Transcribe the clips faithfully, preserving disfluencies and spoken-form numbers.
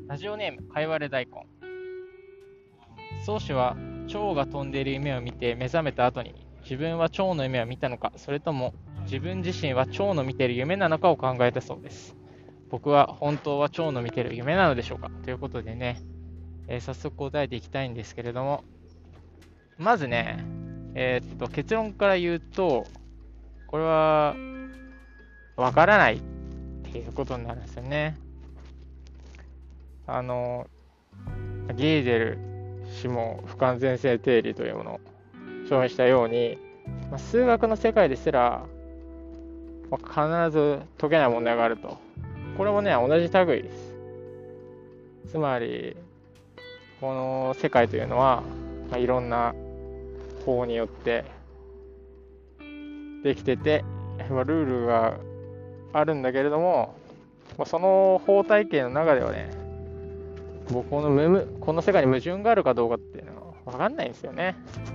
ラジオネーム、かいわれ大根。宗師は蝶が飛んでいる夢を見て目覚めた後に、自分は蝶の夢を見たのか、それとも自分自身は蝶の見ている夢なのかを考えたそうです。僕は本当は蝶の見ている夢なのでしょうか、ということでね、えー早速答えていきたいんですけれども、まずね、えーっと結論から言うと、これはわからないっていうことになるんですよね。あの、ゲーデル氏も不完全性定理というものを証明したように、まあ、数学の世界ですら、まあ、必ず解けない問題があると。これもね、同じ類です。つまり、この世界というのは、まあ、いろんな法によってできてて、まあ、ルールがあるんだけれども、まあ、その法体系の中ではね、僕この無この世界に矛盾があるかどうかっていうのは分かんないんですよね。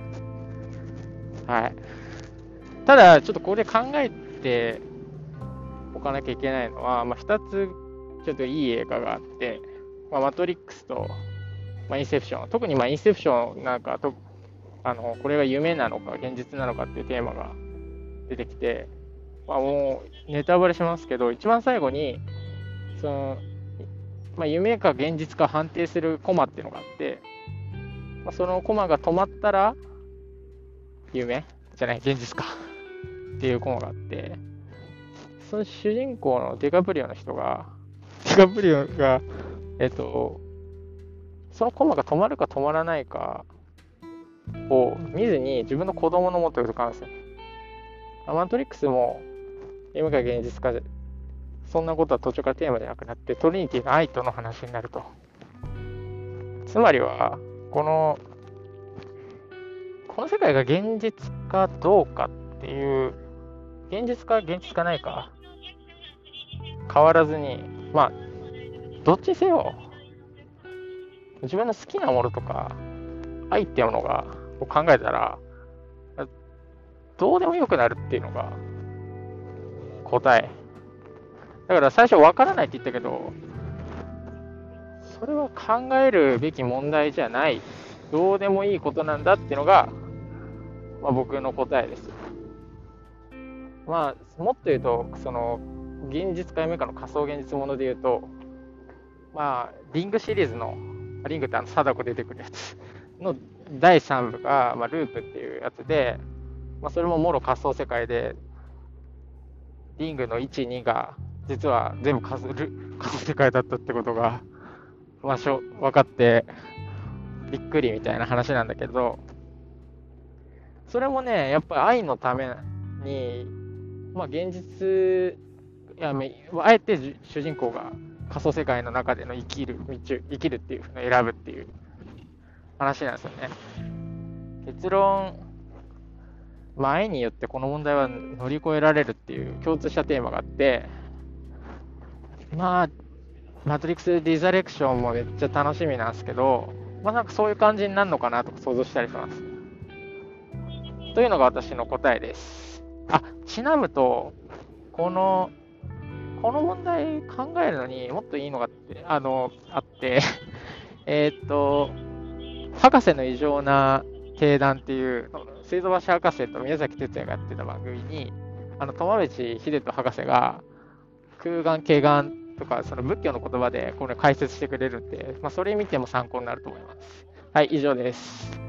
はい。ただ、ちょっとこれ考えておかなきゃいけないのは、まあ、ふたつちょっといい映画があって、まあ、マトリックスと、まあ、インセプション。特にまあインセプションなんかと、あの、これが夢なのか現実なのかっていうテーマが出てきて、まあ、もうネタバレしますけど、一番最後に、その、まあ、夢か現実か判定するコマっていうのがあって、まあ、そのコマが止まったら、夢じゃない、現実かっていうコマがあって、その主人公のディカプリオの人が、ディカプリオが、えっと、そのコマが止まるか止まらないかを見ずに自分の子供の元に向かうんですよ。マトリックスも夢か現実か、そんなことは途中からテーマじゃなくなって、トリニティの愛との話になると。つまりは、この、この世界が現実かどうかっていう、現実か現実かないか変わらずに、まあ、どっちにせよ、自分の好きなものとか、愛っていうものが、を考えたら、どうでもよくなるっていうのが答え。だから最初分からないって言ったけど、それは考えるべき問題じゃない、どうでもいいことなんだっていうのが、まあ、僕の答えです。まあ、もっと言うと、その、現実か夢かの仮想現実もので言うと、まあ、リングシリーズの、リングってあの、貞子出てくるやつのだいさんぶが、まあ、ループっていうやつで、まあ、それももろ仮想世界で、リングのいち、にが、実は全部仮想仮想世界だったってことが、まあ、しょ分かって、びっくりみたいな話なんだけど、それもね、やっぱり愛のために、まあ、現実、いやあえて主人公が仮想世界の中での生きる道、生きるっていうのを選ぶっていう話なんですよね。結論、まあ、愛によってこの問題は乗り越えられるっていう共通したテーマがあって、まあ、マトリックス・リザレクションもめっちゃ楽しみなんですけど、まあなんかそういう感じになるのかなとか想像したりします。というのが私の答えです。あ、ちなむと、この、この問題考えるのにもっといいのがあって、あの、あって、えーっと、博士の異常な定談っていう、水道橋博士と宮崎哲也がやってた番組に、あの、友道秀人博士が、空眼、慧眼とか、その仏教の言葉でこれ解説してくれるんで、まあ、それ見ても参考になると思います。はい、以上です。